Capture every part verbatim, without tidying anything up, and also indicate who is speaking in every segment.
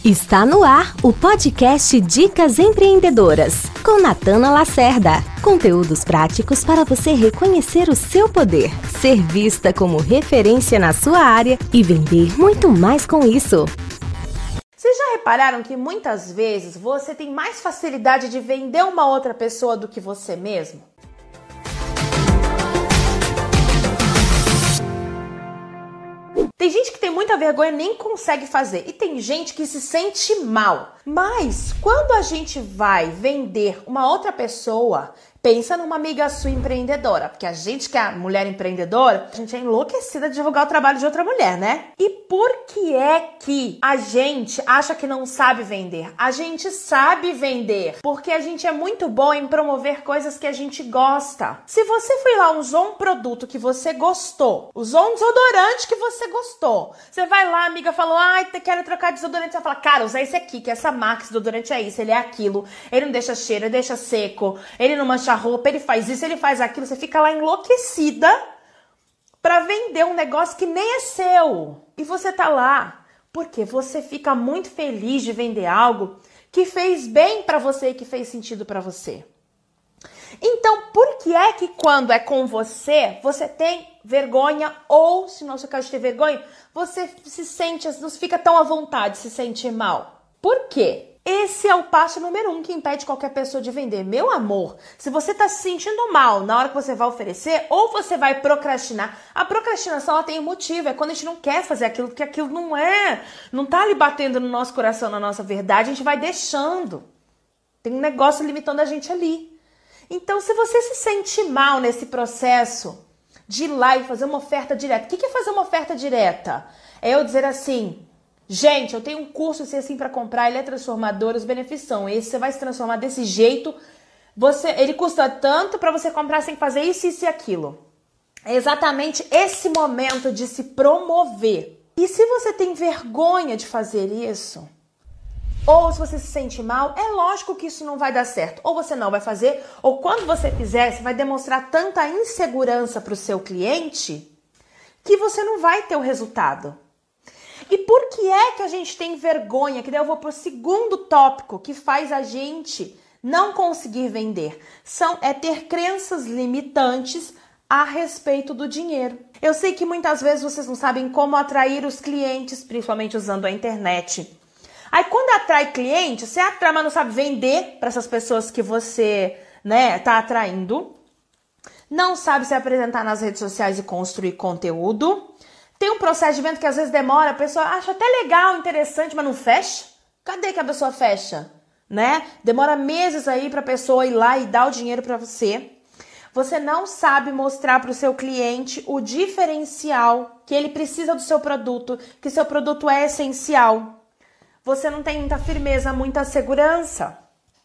Speaker 1: Está no ar o podcast Dicas Empreendedoras, com Natana Lacerda. Conteúdos práticos para você reconhecer o seu poder, ser vista como referência na sua área e vender muito mais com isso.
Speaker 2: Vocês já repararam que muitas vezes você tem mais facilidade de vender uma outra pessoa do que você mesmo? Tem gente que tem muita vergonha e nem consegue fazer. E tem gente que se sente mal. Mas quando a gente vai vender uma outra pessoa, pensa numa amiga sua empreendedora. Porque a gente que é mulher empreendedora, a gente é enlouquecida de divulgar o trabalho de outra mulher, né? E por que é que a gente acha que não sabe vender? A gente sabe vender. Porque a gente é muito bom em promover coisas que a gente gosta. Se você foi lá, usou um produto que você gostou, usou um desodorante que você gostou, você vai lá, a amiga falou, ai, quero trocar de desodorante. Você vai falar, cara, usa esse aqui, que essa marca, esse desodorante é isso, ele é aquilo, ele não deixa cheiro, ele deixa seco, ele não mancha a roupa, ele faz isso, ele faz aquilo. Você fica lá enlouquecida pra vender um negócio que nem é seu. E você tá lá porque você fica muito feliz de vender algo que fez bem pra você e que fez sentido pra você. Então, por que é que quando é com você, você tem vergonha, ou, se não é o caso de ter vergonha, você se sente, não fica tão à vontade, se sente mal? Por quê? Esse é o passo número um que impede qualquer pessoa de vender. Meu amor, se você está se sentindo mal na hora que você vai oferecer, ou você vai procrastinar. A procrastinação, ela tem um motivo, é quando a gente não quer fazer aquilo, porque aquilo não é, não tá ali batendo no nosso coração, na nossa verdade, a gente vai deixando. Tem um negócio limitando a gente ali. Então, se você se sente mal nesse processo de ir lá e fazer uma oferta direta. O que é fazer uma oferta direta? É eu dizer assim, gente, eu tenho um curso assim, assim para comprar, ele é transformador, os benefícios são esses, você vai se transformar desse jeito, você, ele custa tanto, para você comprar sem fazer isso, isso e aquilo. É exatamente esse momento de se promover. E se você tem vergonha de fazer isso, ou se você se sente mal, é lógico que isso não vai dar certo. Ou você não vai fazer, ou quando você fizer, você vai demonstrar tanta insegurança para o seu cliente que você não vai ter o resultado. E por que é que a gente tem vergonha? Que daí eu vou para o segundo tópico que faz a gente não conseguir vender. São, é ter crenças limitantes a respeito do dinheiro. Eu sei que muitas vezes vocês não sabem como atrair os clientes, principalmente usando a internet. Aí quando atrai cliente, você atrai, mas não sabe vender para essas pessoas que você, né, tá atraindo. Não sabe se apresentar nas redes sociais e construir conteúdo. Tem um processo de venda que às vezes demora, a pessoa acha até legal, interessante, mas não fecha. Cadê que a pessoa fecha? Né? Demora meses aí para a pessoa ir lá e dar o dinheiro para você. Você não sabe mostrar para o seu cliente o diferencial, que ele precisa do seu produto, que seu produto é essencial. Você não tem muita firmeza, muita segurança.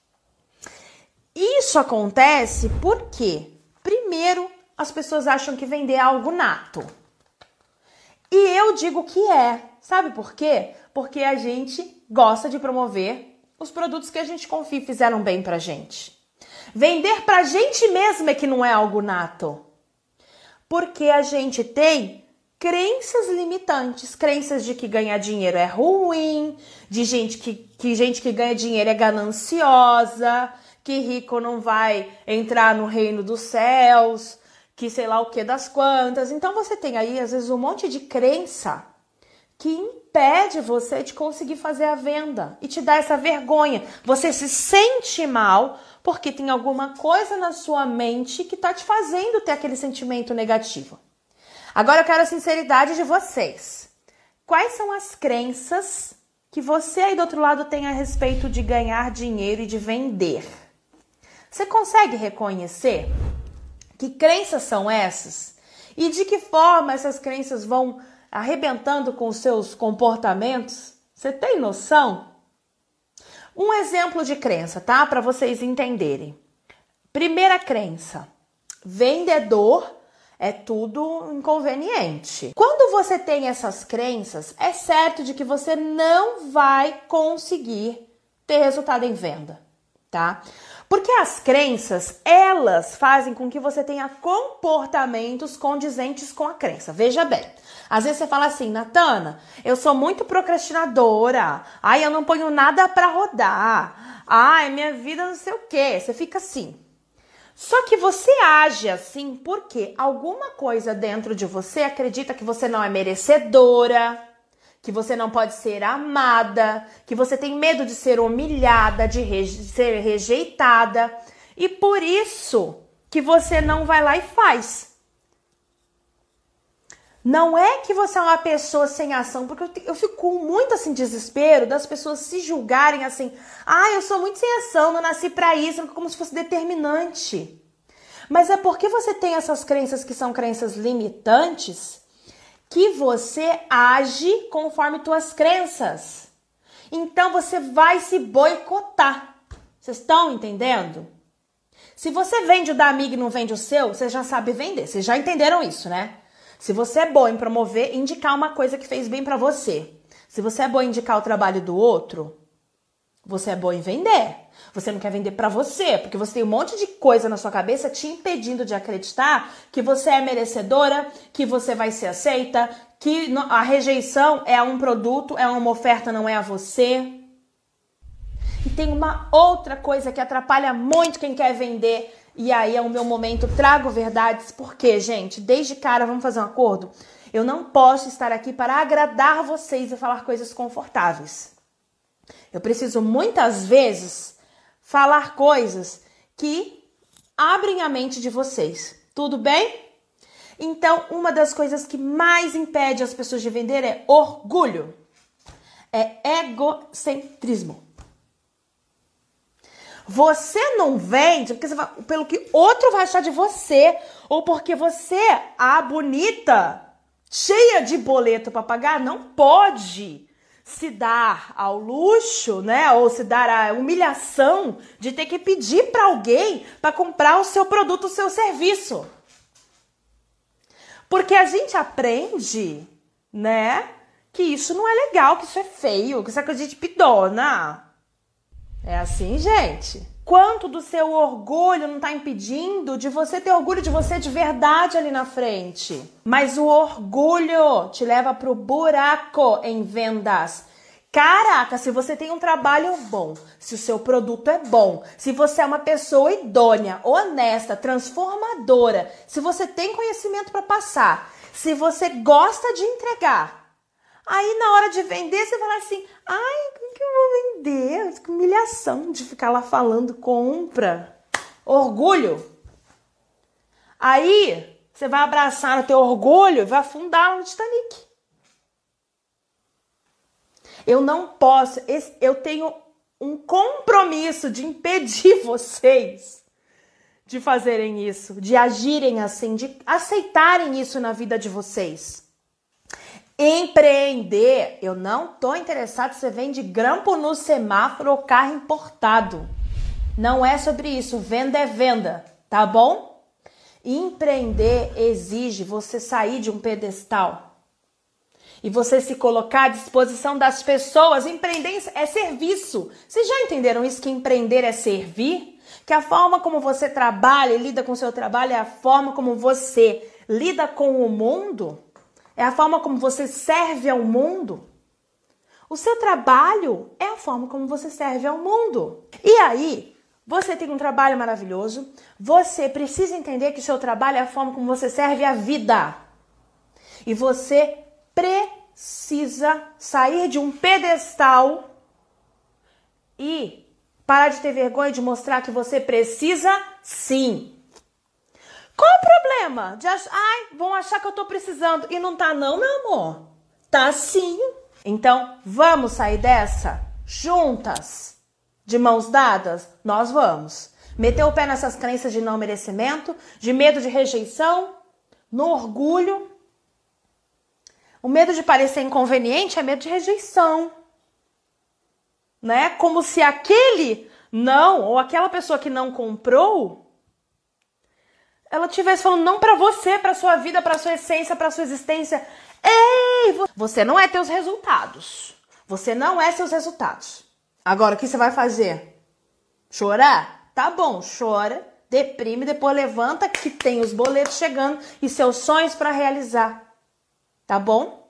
Speaker 2: Isso acontece porque, primeiro, as pessoas acham que vender é algo nato. E eu digo que é. Sabe por quê? Porque a gente gosta de promover os produtos que a gente confia e fizeram bem pra gente. Vender pra gente mesmo é que não é algo nato. Porque a gente tem crenças limitantes, crenças de que ganhar dinheiro é ruim, de gente que, que gente que ganha dinheiro é gananciosa, que rico não vai entrar no reino dos céus, que sei lá o que das quantas. Então você tem aí, às vezes, um monte de crença que impede você de conseguir fazer a venda e te dá essa vergonha. Você se sente mal porque tem alguma coisa na sua mente que está te fazendo ter aquele sentimento negativo. Agora eu quero a sinceridade de vocês. Quais são as crenças que você aí do outro lado tem a respeito de ganhar dinheiro e de vender? Você consegue reconhecer que crenças são essas? E de que forma essas crenças vão arrebentando com os seus comportamentos? Você tem noção? Um exemplo de crença, tá? Para vocês entenderem. Primeira crença. Vendedor é tudo inconveniente. Quando você tem essas crenças, é certo de que você não vai conseguir ter resultado em venda, tá? Porque as crenças, elas fazem com que você tenha comportamentos condizentes com a crença. Veja bem, às vezes você fala assim, Natana, eu sou muito procrastinadora, ai, eu não ponho nada pra rodar, ai, minha vida não sei o quê. Você fica assim. Só que você age assim porque alguma coisa dentro de você acredita que você não é merecedora, que você não pode ser amada, que você tem medo de ser humilhada, de, re- de ser rejeitada. E por isso que você não vai lá e faz. Não é que você é uma pessoa sem ação, porque eu, te- eu fico com muito assim desespero das pessoas se julgarem assim, ah, eu sou muito sem ação, não nasci pra isso, como se fosse determinante. Mas é porque você tem essas crenças que são crenças limitantes que você age conforme tuas crenças. Então você vai se boicotar. Vocês estão entendendo? Se você vende o da amiga e não vende o seu, você já sabe vender. Vocês já entenderam isso, né? Se você é boa em promover, indicar uma coisa que fez bem pra você. Se você é boa em indicar o trabalho do outro, você é boa em vender. Você não quer vender pra você, porque você tem um monte de coisa na sua cabeça te impedindo de acreditar que você é merecedora, que você vai ser aceita, que a rejeição é um produto, é uma oferta, não é a você. E tem uma outra coisa que atrapalha muito quem quer vender. E aí é o meu momento, trago verdades. Porque, gente, desde cara, vamos fazer um acordo? Eu não posso estar aqui para agradar vocês e falar coisas confortáveis. Eu preciso muitas vezes falar coisas que abrem a mente de vocês. Tudo bem? Então, uma das coisas que mais impede as pessoas de vender é orgulho. É egocentrismo. Você não vende porque você vai, pelo que outro vai achar de você, ou porque você, a bonita, cheia de boleto para pagar, não pode se dar ao luxo, né, ou se dar a humilhação de ter que pedir para alguém para comprar o seu produto, o seu serviço. Porque a gente aprende, né, que isso não é legal, que isso é feio, que isso é coisa de pidona. É assim, gente. Quanto do seu orgulho não tá impedindo de você ter orgulho de você de verdade ali na frente? Mas o orgulho te leva pro buraco em vendas. Caraca, se você tem um trabalho bom, se o seu produto é bom, se você é uma pessoa idônea, honesta, transformadora, se você tem conhecimento para passar, se você gosta de entregar, aí na hora de vender você fala assim, ai, como que eu vou vender? Que humilhação de ficar lá falando compra. Orgulho. Aí você vai abraçar o teu orgulho e vai afundar no Titanic. Eu não posso, eu tenho um compromisso de impedir vocês de fazerem isso, de agirem assim, de aceitarem isso na vida de vocês. Empreender, eu não tô interessado se você vende grampo no semáforo ou carro importado. Não é sobre isso, venda é venda, tá bom? Empreender exige você sair de um pedestal e você se colocar à disposição das pessoas. Empreender é serviço. Vocês já entenderam isso, que empreender é servir? Que a forma como você trabalha e lida com o seu trabalho é a forma como você lida com o mundo? É a forma como você serve ao mundo? O seu trabalho é a forma como você serve ao mundo. E aí, você tem um trabalho maravilhoso, você precisa entender que o seu trabalho é a forma como você serve a vida. E você precisa sair de um pedestal e parar de ter vergonha de mostrar que você precisa sim. Qual o problema? De achar, ai, vão achar que eu tô precisando. E não tá não, meu amor. Tá sim. Então, vamos sair dessa? Juntas? De mãos dadas? Nós vamos. Meter o pé nessas crenças de não merecimento, de medo de rejeição, no orgulho. O medo de parecer inconveniente é medo de rejeição. Né? Como se aquele não, ou aquela pessoa que não comprou, ela estivesse falando não pra você, pra sua vida, pra sua essência, pra sua existência. Ei, você não é teus resultados. Você não é seus resultados. Agora, o que você vai fazer? Chorar? Tá bom, chora, deprime, depois levanta que tem os boletos chegando e seus sonhos para realizar. Tá bom?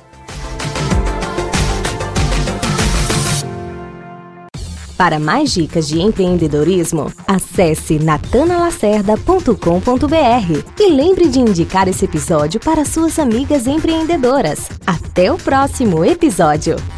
Speaker 1: Para mais dicas de empreendedorismo, acesse natana lacerda ponto com ponto br e lembre de indicar esse episódio para suas amigas empreendedoras. Até o próximo episódio!